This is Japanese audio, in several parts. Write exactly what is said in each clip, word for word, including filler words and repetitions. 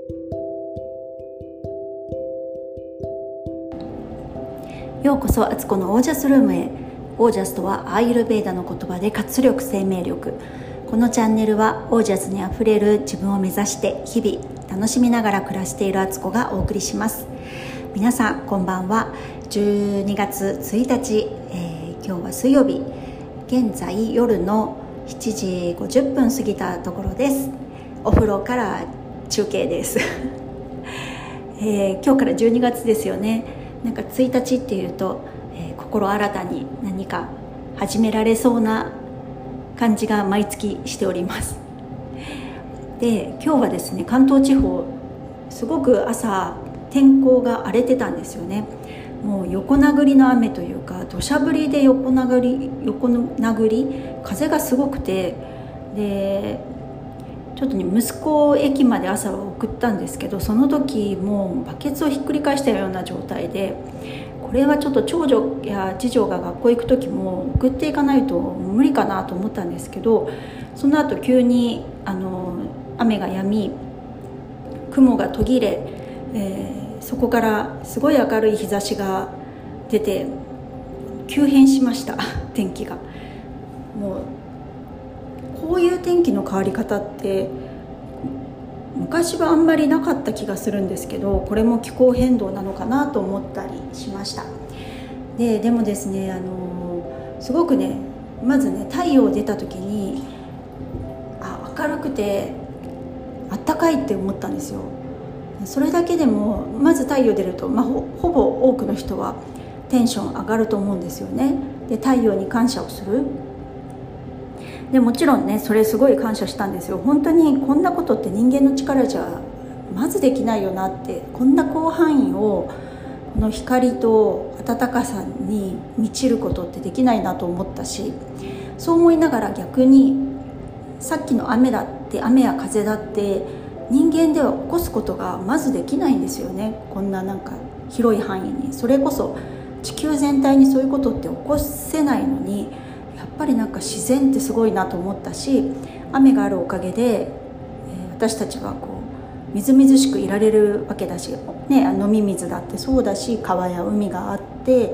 ようこそアツコのオージャスルームへ。オージャスとはアーユルヴェーダの言葉で活力、生命力。このチャンネルはオージャスにあふれる自分を目指して日々楽しみながら暮らしているアツコがお送りします。皆さんこんばんは。じゅうにがつついたち、えー、今日は水曜日、現在夜のしちじごじゅっぷん過ぎたところです。お風呂から中継です、えー、今日からじゅうにがつですよね。なんかついたちっていうと、えー、心新たに何か始められそうな感じが毎月しております。で、今日はですね、関東地方すごく朝天候が荒れてたんですよね。もう横殴りの雨というか、土砂降りで横殴り横殴り風がすごくて、でちょっとね、息子を駅まで朝は送ったんですけど、その時もうバケツをひっくり返したような状態で、これはちょっと長女や次女が学校行く時も送っていかないと無理かなと思ったんですけど、その後急にあの雨が止み、雲が途切れ、えー、そこからすごい明るい日差しが出て急変しました天気が。もうこういう天気の変わり方って昔はあんまりなかった気がするんですけど、これも気候変動なのかなと思ったりしました。で、でもですね、あのすごくね、まずね、太陽出た時にあ明るくてあったかいって思ったんですよ。それだけでもまず太陽出ると、まあ、ほ, ほぼ多くの人はテンション上がると思うんですよね。で、太陽に感謝をする。でもちろんね、それすごい感謝したんですよ。本当にこんなことって人間の力じゃまずできないよなって、こんな広範囲をこの光と暖かさに満ちることってできないなと思ったし、そう思いながら逆にさっきの雨だって雨や風だって人間では起こすことがまずできないんですよね。こんななんか広い範囲に、それこそ地球全体にそういうことって起こせないのに、やっぱりなんか自然ってすごいなと思ったし、雨があるおかげで、えー、私たちはこうみずみずしくいられるわけだし、ね、飲み水だってそうだし、川や海があって、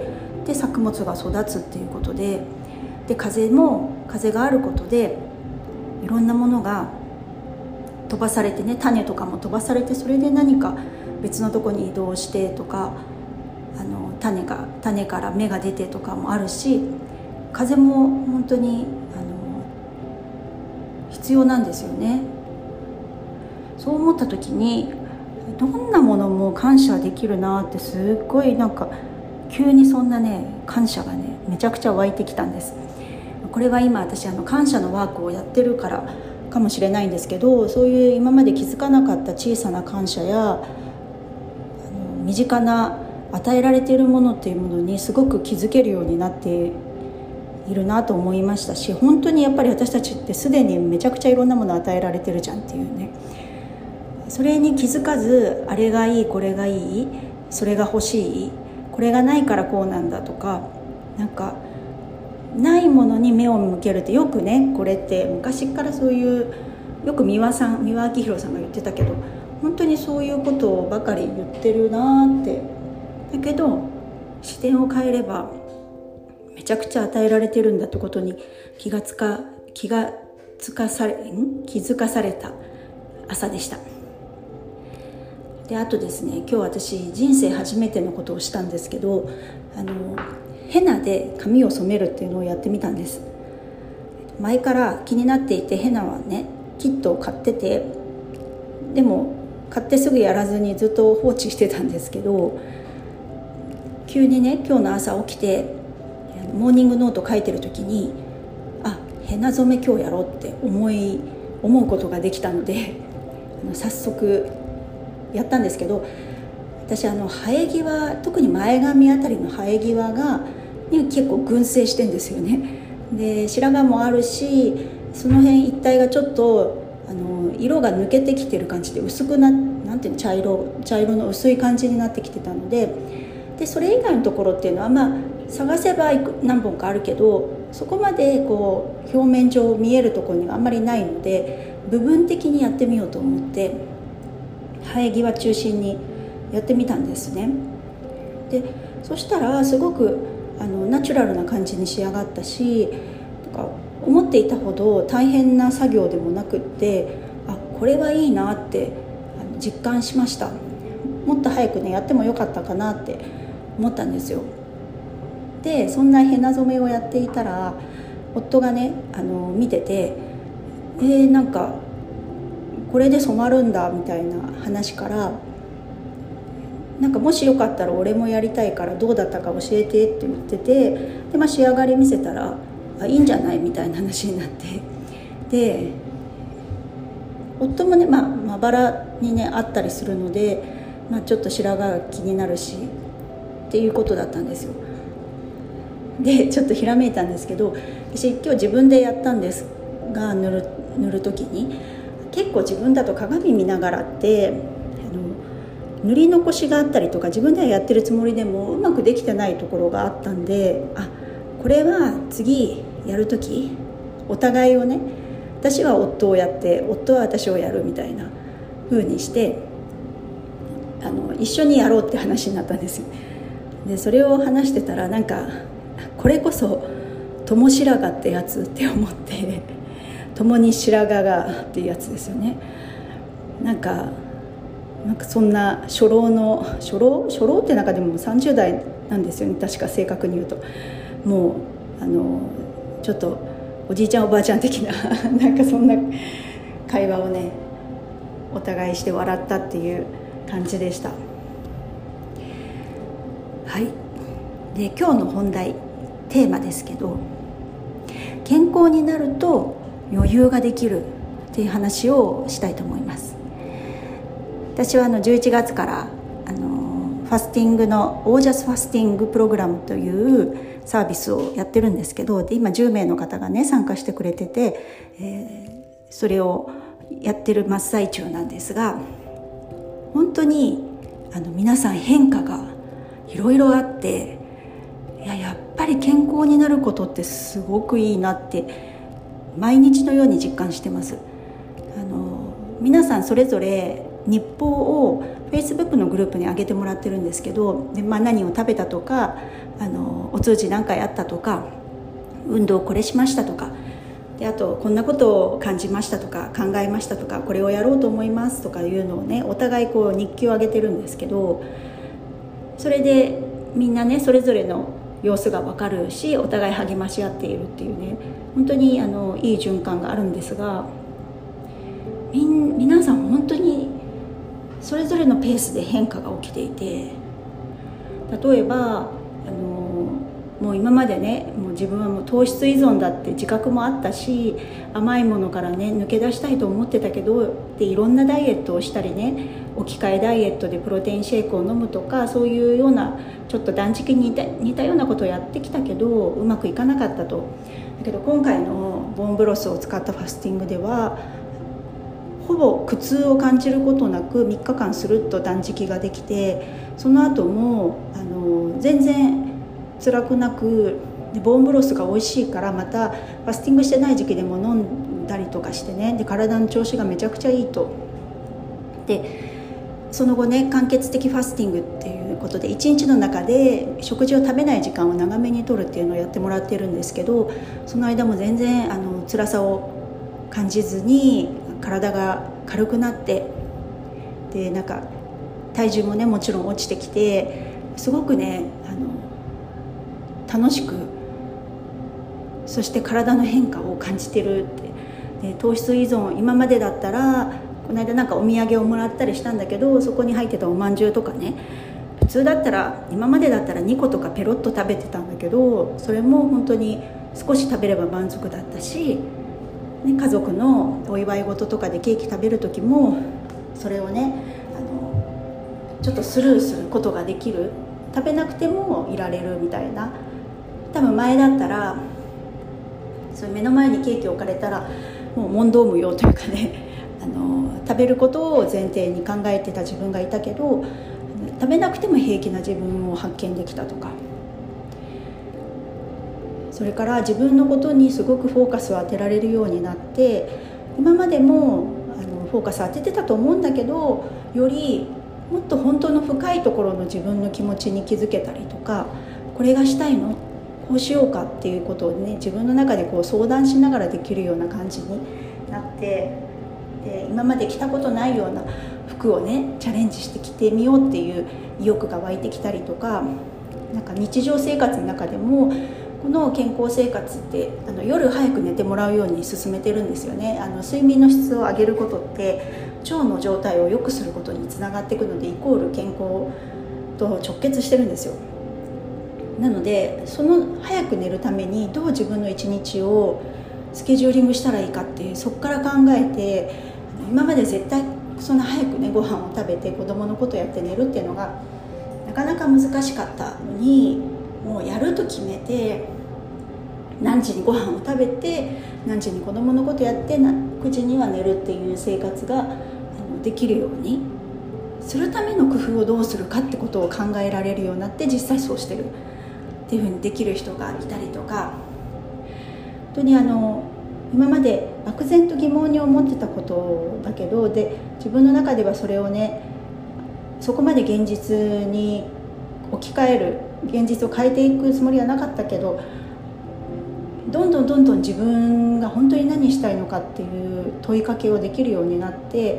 で作物が育つっていうことで、で風も風があることでいろんなものが飛ばされてね、種とかも飛ばされて、それで何か別のとこに移動してとか、あの 種が種から芽が出てとかもあるし、風も本当にあの必要なんですよね。そう思った時に、どんなものも感謝できるなって、すっごいなんか急にそんなね、感謝がねめちゃくちゃ湧いてきたんです。これは今私あの感謝のワークをやってるからかもしれないんですけど、そういう今まで気づかなかった小さな感謝や、あの身近な与えられているものっていうものにすごく気づけるようになっているなと思いましたし、本当にやっぱり私たちってすでにめちゃくちゃいろんなもの与えられてるじゃんっていうね、それに気づかず、あれがいい、これがいい、それが欲しい、これがないからこうなんだとか、なんかないものに目を向けるって、よくね、これって昔からそういう、よく三輪さん三輪明宏さんが言ってたけど、本当にそういうことばかり言ってるなって。だけど視点を変えればめちゃくちゃ与えられてるんだってことに気がつか気がつかされん気づかされた朝でした。で、あとですね、今日私人生初めてのことをしたんですけど、あのヘナで髪を染めるっていうのをやってみたんです。前から気になっていて、ヘナはねキットを買ってて、でも買ってすぐやらずにずっと放置してたんですけど、急にね、今日の朝起きてモーニングノート書いてる時に、あ、ヘナ染め今日やろうって思い思うことができたので、あの早速やったんですけど、私あの生え際、特に前髪あたりの生え際が結構群生してんですよね。で、白髪もあるし、その辺一帯がちょっとあの色が抜けてきてる感じで、薄くななんていうの茶色茶色の薄い感じになってきてたので、でそれ以外のところっていうのは、まあ探せば何本かあるけど、そこまでこう表面上見えるところにはあんまりないので、部分的にやってみようと思って生え際中心にやってみたんですね。でそしたらすごくあのナチュラルな感じに仕上がったし、なんか思っていたほど大変な作業でもなくって、あこれはいいなってあの実感しました。もっと早くねやってもよかったかなって思ったんですよ。でそんなヘナ染めをやっていたら夫がねあの見てて、えー、なんかこれで染まるんだみたいな話から、なんかもしよかったら俺もやりたいからどうだったか教えてって言ってて、で、まあ、仕上がり見せたらあいいんじゃないみたいな話になって、で夫もね、まあ、まばらにねあったりするので、まあ、ちょっと白髪が気になるしっていうことだったんですよ。でちょっとひらめいたんですけど、私今日自分でやったんですが、塗る塗る時に結構自分だと鏡見ながらってあの塗り残しがあったりとか、自分ではやってるつもりでもうまくできてないところがあったんで、あこれは次やる時お互いをね、私は夫をやって夫は私をやるみたいな風にしてあの一緒にやろうって話になったんですよ。でそれを話してたら、なんかこれこそ共白髪ってやつって思って、共に白髪がっていうやつですよね。なんかなんかそんな初老の初老初老って中でもさんじゅう代なんですよね、確か正確に言うと。もうあのちょっとおじいちゃんおばあちゃん的ななんかそんな会話をねお互いして笑ったっていう感じでした。はい。で今日の本題テーマですけど、健康になると余裕ができるっていう話をしたいと思います。私はあのじゅういちがつからあのファスティングのオージャスファスティングプログラムというサービスをやってるんですけど、で今じゅうめいの方がね参加してくれてて、えー、それをやってる真っ最中なんですが、本当にあの皆さん変化がいろいろあって、いややっぱり健康になることってすごくいいなって毎日のように実感してます。あの皆さんそれぞれ日報を Facebook のグループに上げてもらってるんですけど、で、まあ、何を食べたとか、あのお通じ何回あったとか、運動これしましたとか、であとこんなことを感じましたとか考えましたとか、これをやろうと思いますとかいうのをねお互いこう日記を上げてるんですけど、それでみんなねそれぞれの様子が分かるし、お互い励まし合っているっていうね、本当にあのいい循環があるんですが、みん皆さん本当にそれぞれのペースで変化が起きていて、例えばあのもう今までねもう自分はもう糖質依存だって自覚もあったし、甘いものからね抜け出したいと思ってたけど、でいろんなダイエットをしたりね、置き換えダイエットでプロテインシェイクを飲むとか、そういうようなちょっと断食に似た、似たようなことをやってきたけどうまくいかなかったと。だけど今回のボーンブロスを使ったファスティングではほぼ苦痛を感じることなくみっかかんスルッと断食ができて、その後もあの全然辛くなく、でボーンブロスが美味しいからまたファスティングしてない時期でも飲んだりとかしてね、で体の調子がめちゃくちゃいいと。でその後ね間欠的ファスティングっていうことでいちにちの中で食事を食べない時間を長めにとるっていうのをやってもらってるんですけど、その間も全然あの辛さを感じずに体が軽くなって、でなんか体重もねもちろん落ちてきて、すごくねあの楽しく、そして体の変化を感じてるって。で糖質依存、今までだったらこの間なんかお土産をもらったりしたんだけど、そこに入ってたおまんじゅうとかね、普通だったら今までだったらにことかペロッと食べてたんだけど、それも本当に少し食べれば満足だったし、ね、家族のお祝い事とかでケーキ食べる時もそれをねあのちょっとスルーすることができる、食べなくてもいられるみたいな。多分前だったらそれ目の前にケーキ置かれたらもう問答無用というかね、あの食べることを前提に考えてた自分がいたけど、食べなくても平気な自分を発見できたとか、それから自分のことにすごくフォーカスを当てられるようになって、今までもあのフォーカス当ててたと思うんだけど、 よりもっと本当の深いところの自分の気持ちに気づけたりとか、これがしたいの、こうしようかっていうことをね、自分の中でこう相談しながらできるような感じになって、で今まで着たことないような服をねチャレンジして着てみようっていう意欲が湧いてきたりとか、なんか日常生活の中でもこの健康生活ってあの夜早く寝てもらうように進めてるんですよね。あの睡眠の質を上げることって腸の状態を良くすることにつながっていくので、イコール健康と直結してるんですよ。なのでその早く寝るためにどう自分の一日をスケジューリングしたらいいかっていう、そこから考えて、今まで絶対そんな早くねご飯を食べて子供のことやって寝るっていうのがなかなか難しかったのに、もうやると決めて何時にご飯を食べて何時に子供のことやってくじには寝るっていう生活ができるようにするための工夫をどうするかってことを考えられるようになって、実際そうしてるっていうふうにできる人がいたりとか、本当にあの今まで漠然と疑問に思ってたことだけど、で自分の中ではそれをねそこまで現実に置き換える、現実を変えていくつもりはなかったけど、どんどんどんどん自分が本当に何したいのかっていう問いかけをできるようになって、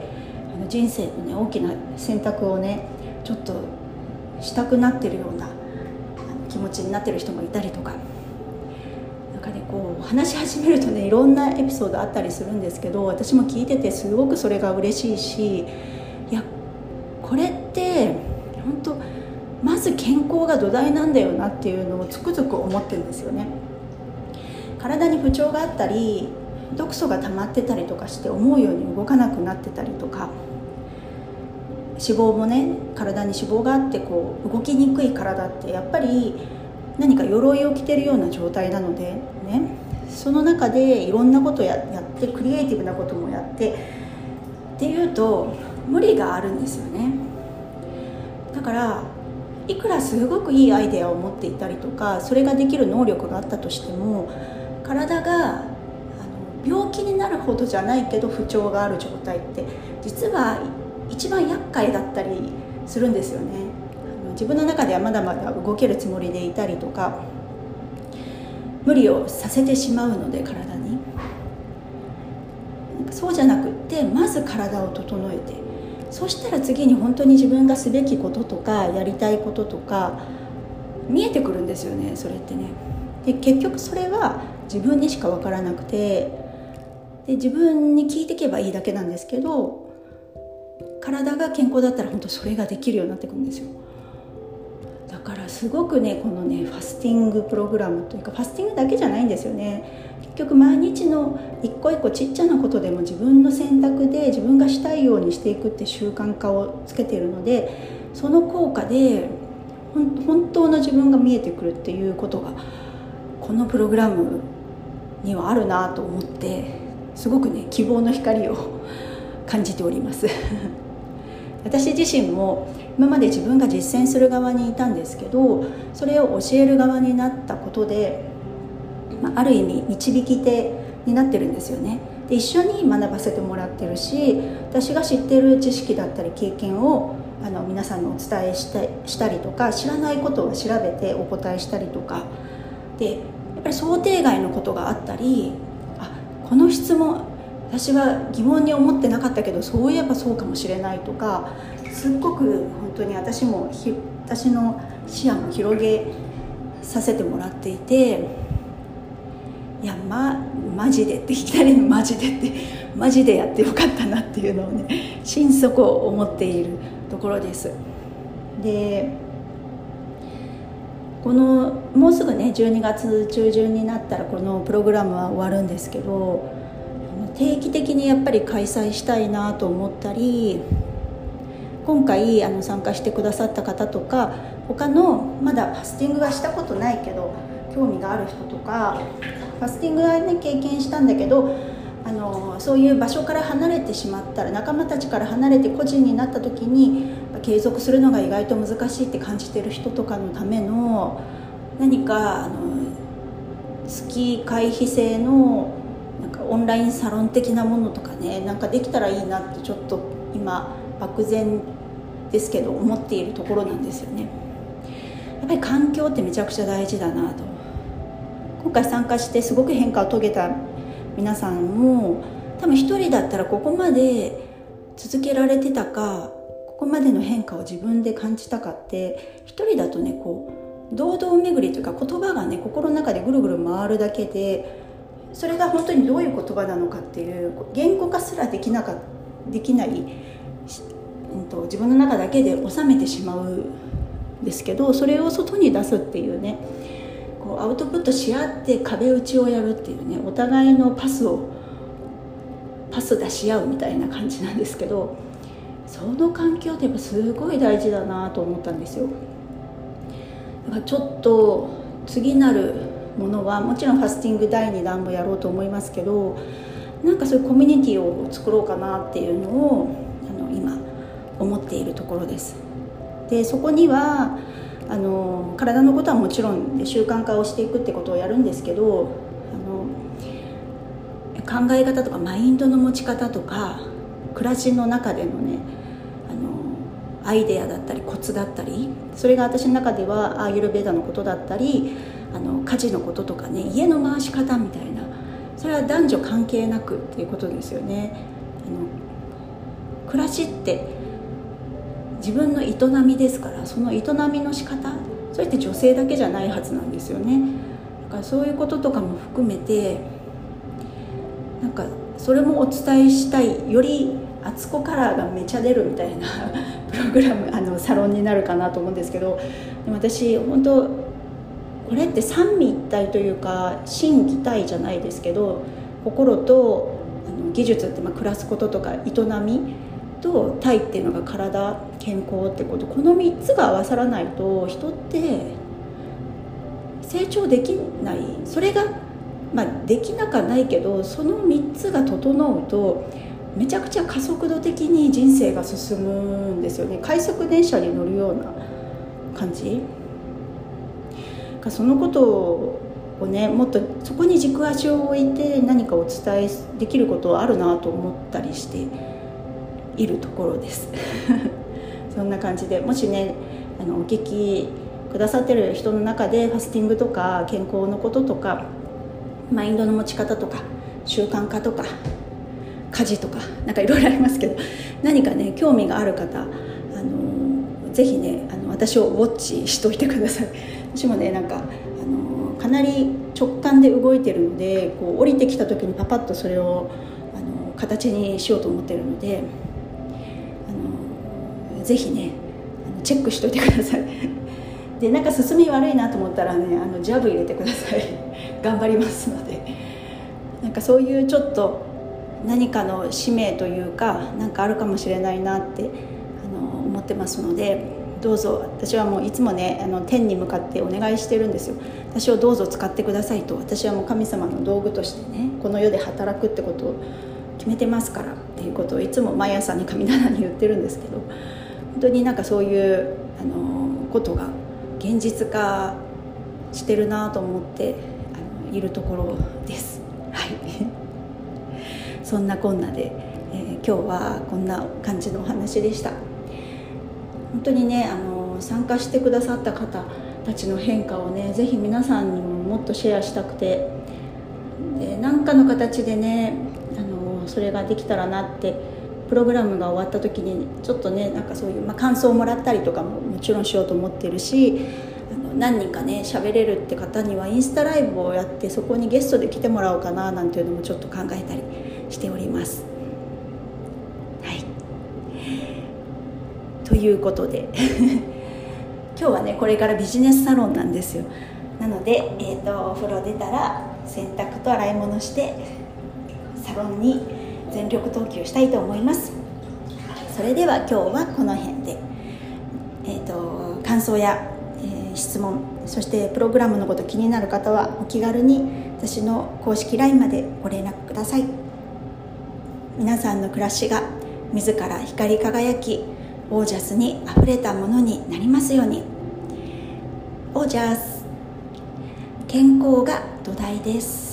あの人生のね大きな選択をねちょっとしたくなってるような気持ちになってる人もいたりとか、なんかねこう話し始めるとねいろんなエピソードあったりするんですけど、私も聞いててすごくそれが嬉しいし、いやこれって本当まず健康が土台なんだよなっていうのをつくづく思ってるんですよね。体に不調があったり毒素が溜まってたりとかして思うように動かなくなってたりとか、脂肪もね体に脂肪があってこう動きにくい体ってやっぱり何か鎧を着てるような状態なのでね、その中でいろんなことややってクリエイティブなこともやってっていうと無理があるんですよね。だからいくらすごくいいアイデアを持っていたりとか、それができる能力があったとしても、体があの病気になるほどじゃないけど不調がある状態って実は一番厄介だったりするんですよね。あの自分の中ではまだまだ動けるつもりでいたりとか、無理をさせてしまうので体に、なんかそうじゃなくってまず体を整えて、そしたら次に本当に自分がすべきこととかやりたいこととか見えてくるんですよね。それってね、で結局それは自分にしか分からなくて、で自分に聞いていけばいいだけなんですけど、体が健康だったら本当それができるようになってくるんですよ。だからすごくねこのねファスティングプログラムというか、ファスティングだけじゃないんですよね。結局毎日の一個一個ちっちゃなことでも自分の選択で自分がしたいようにしていくって習慣化をつけているので、その効果で本当の自分が見えてくるっていうことがこのプログラムにはあるなと思って、すごくね希望の光を感じております私自身も今まで自分が実践する側にいたんですけど、それを教える側になったことで、まあ、ある意味導き手になってるんですよね。で一緒に学ばせてもらってるし、私が知っている知識だったり経験をあの皆さんにお伝えしたしたりとか、知らないことを調べてお答えしたりとかで、やっぱり想定外のことがあったり、あこの質問私は疑問に思ってなかったけどそういえばそうかもしれないとか、すっごく本当に私もひ私の視野も広げさせてもらっていて、いやまマジでっていきなりマジでってマジでやってよかったなっていうのをね心底思っているところです。でこのもうすぐねじゅうにがつ中旬になったらこのプログラムは終わるんですけど、定期的にやっぱり開催したいなと思ったり、今回あの参加してくださった方とか、他のまだファスティングはしたことないけど興味がある人とか、ファスティングはね経験したんだけどあのそういう場所から離れてしまったら、仲間たちから離れて個人になった時に継続するのが意外と難しいって感じてる人とかのための何かあの月会費制のなんかオンラインサロン的なものとかね、なんかできたらいいなってちょっと今漠然ですけど思っているところなんですよね。やっぱり環境ってめちゃくちゃ大事だなと。今回参加してすごく変化を遂げた皆さんも多分一人だったらここまで続けられてたか、ここまでの変化を自分で感じたかって、一人だとねこう堂々巡りというか、言葉がね心の中でぐるぐる回るだけで、それが本当にどういう言葉なのかっていう言語化すらできなかできない、うんと、自分の中だけで収めてしまうんですけど、それを外に出すっていうね、こうアウトプットし合って壁打ちをやるっていうね、お互いのパスをパス出し合うみたいな感じなんですけど、その環境ってやっぱすごい大事だなと思ったんですよ。だからちょっと次なるものはもちろんファスティングだいにだんもやろうと思いますけど、なんかそういうコミュニティを作ろうかなっていうのをあの今思っているところです。でそこにはあの体のことはもちろん習慣化をしていくってことをやるんですけど、あの考え方とかマインドの持ち方とか暮らしの中でのねあのアイデアだったりコツだったり、それが私の中ではアーユルヴェーダのことだったり、あの家事のこととかね、家の回し方みたいな、それは男女関係なくっていうことですよね。あの暮らしって自分の営みですから、その営みの仕方、それって女性だけじゃないはずなんですよね。だからそういうこととかも含めて、なんかそれもお伝えしたい、よりあつこカラーがめちゃ出るみたいなプログラム、あのサロンになるかなと思うんですけど、でも私本当これって三位一体というか心技体じゃないですけど、心とあの技術って、まあ、暮らすこととか営みと体っていうのが体、健康ってこと、このみっつが合わさらないと人って成長できない。それが、まあ、できなくはないけど、そのみっつが整うとめちゃくちゃ加速度的に人生が進むんですよね。快速電車に乗るような感じ。そのことをね、もっとそこに軸足を置いて何かお伝えできることはあるなと思ったりしているところですそんな感じで、もしねあのお聞きくださってる人の中でファスティングとか健康のこととかマインドの持ち方とか習慣化とか家事とかなんかいろいろありますけど、何かね興味がある方、あのぜひねあの私をウォッチしといてください。私もねなんかあのかなり直感で動いてるので、こう降りてきた時にパパッとそれをあの形にしようと思ってるので、あのぜひねあのチェックしといてくださいでなんか進み悪いなと思ったらねあのジャブ入れてください頑張りますので、なんかそういうちょっと何かの使命というかなんかあるかもしれないなってあの思ってますので、どうぞ。私はもういつもねあの天に向かってお願いしてるんですよ。私をどうぞ使ってくださいと。私はもう神様の道具としてねこの世で働くってことを決めてますからっていうことをいつも毎朝に神棚に言ってるんですけど、本当になんかそういうあのことが現実化してるなと思ってあのいるところです。はいそんなこんなで、えー、今日はこんな感じのお話でした。本当にねあの参加してくださった方たちの変化をねぜひ皆さんにももっとシェアしたくて、で何かの形でねあのそれができたらなって、プログラムが終わった時にちょっとねなんかそういう、まあ、感想をもらったりとかももちろんしようと思ってるし、あの何人かね喋れるって方にはインスタライブをやってそこにゲストで来てもらおうかななんていうのもちょっと考えたりしております。はいということで今日はねこれからビジネスサロンなんですよ。なので、えーと、お風呂出たら洗濯と洗い物してサロンに全力投球したいと思います。それでは今日はこの辺で、えーと、感想や、えー、質問、そしてプログラムのこと気になる方はお気軽に私の公式 ライン までご連絡ください。皆さんの暮らしが自ら光り輝きオージャスにあふれたものになりますように。オージャス、健康が土台です。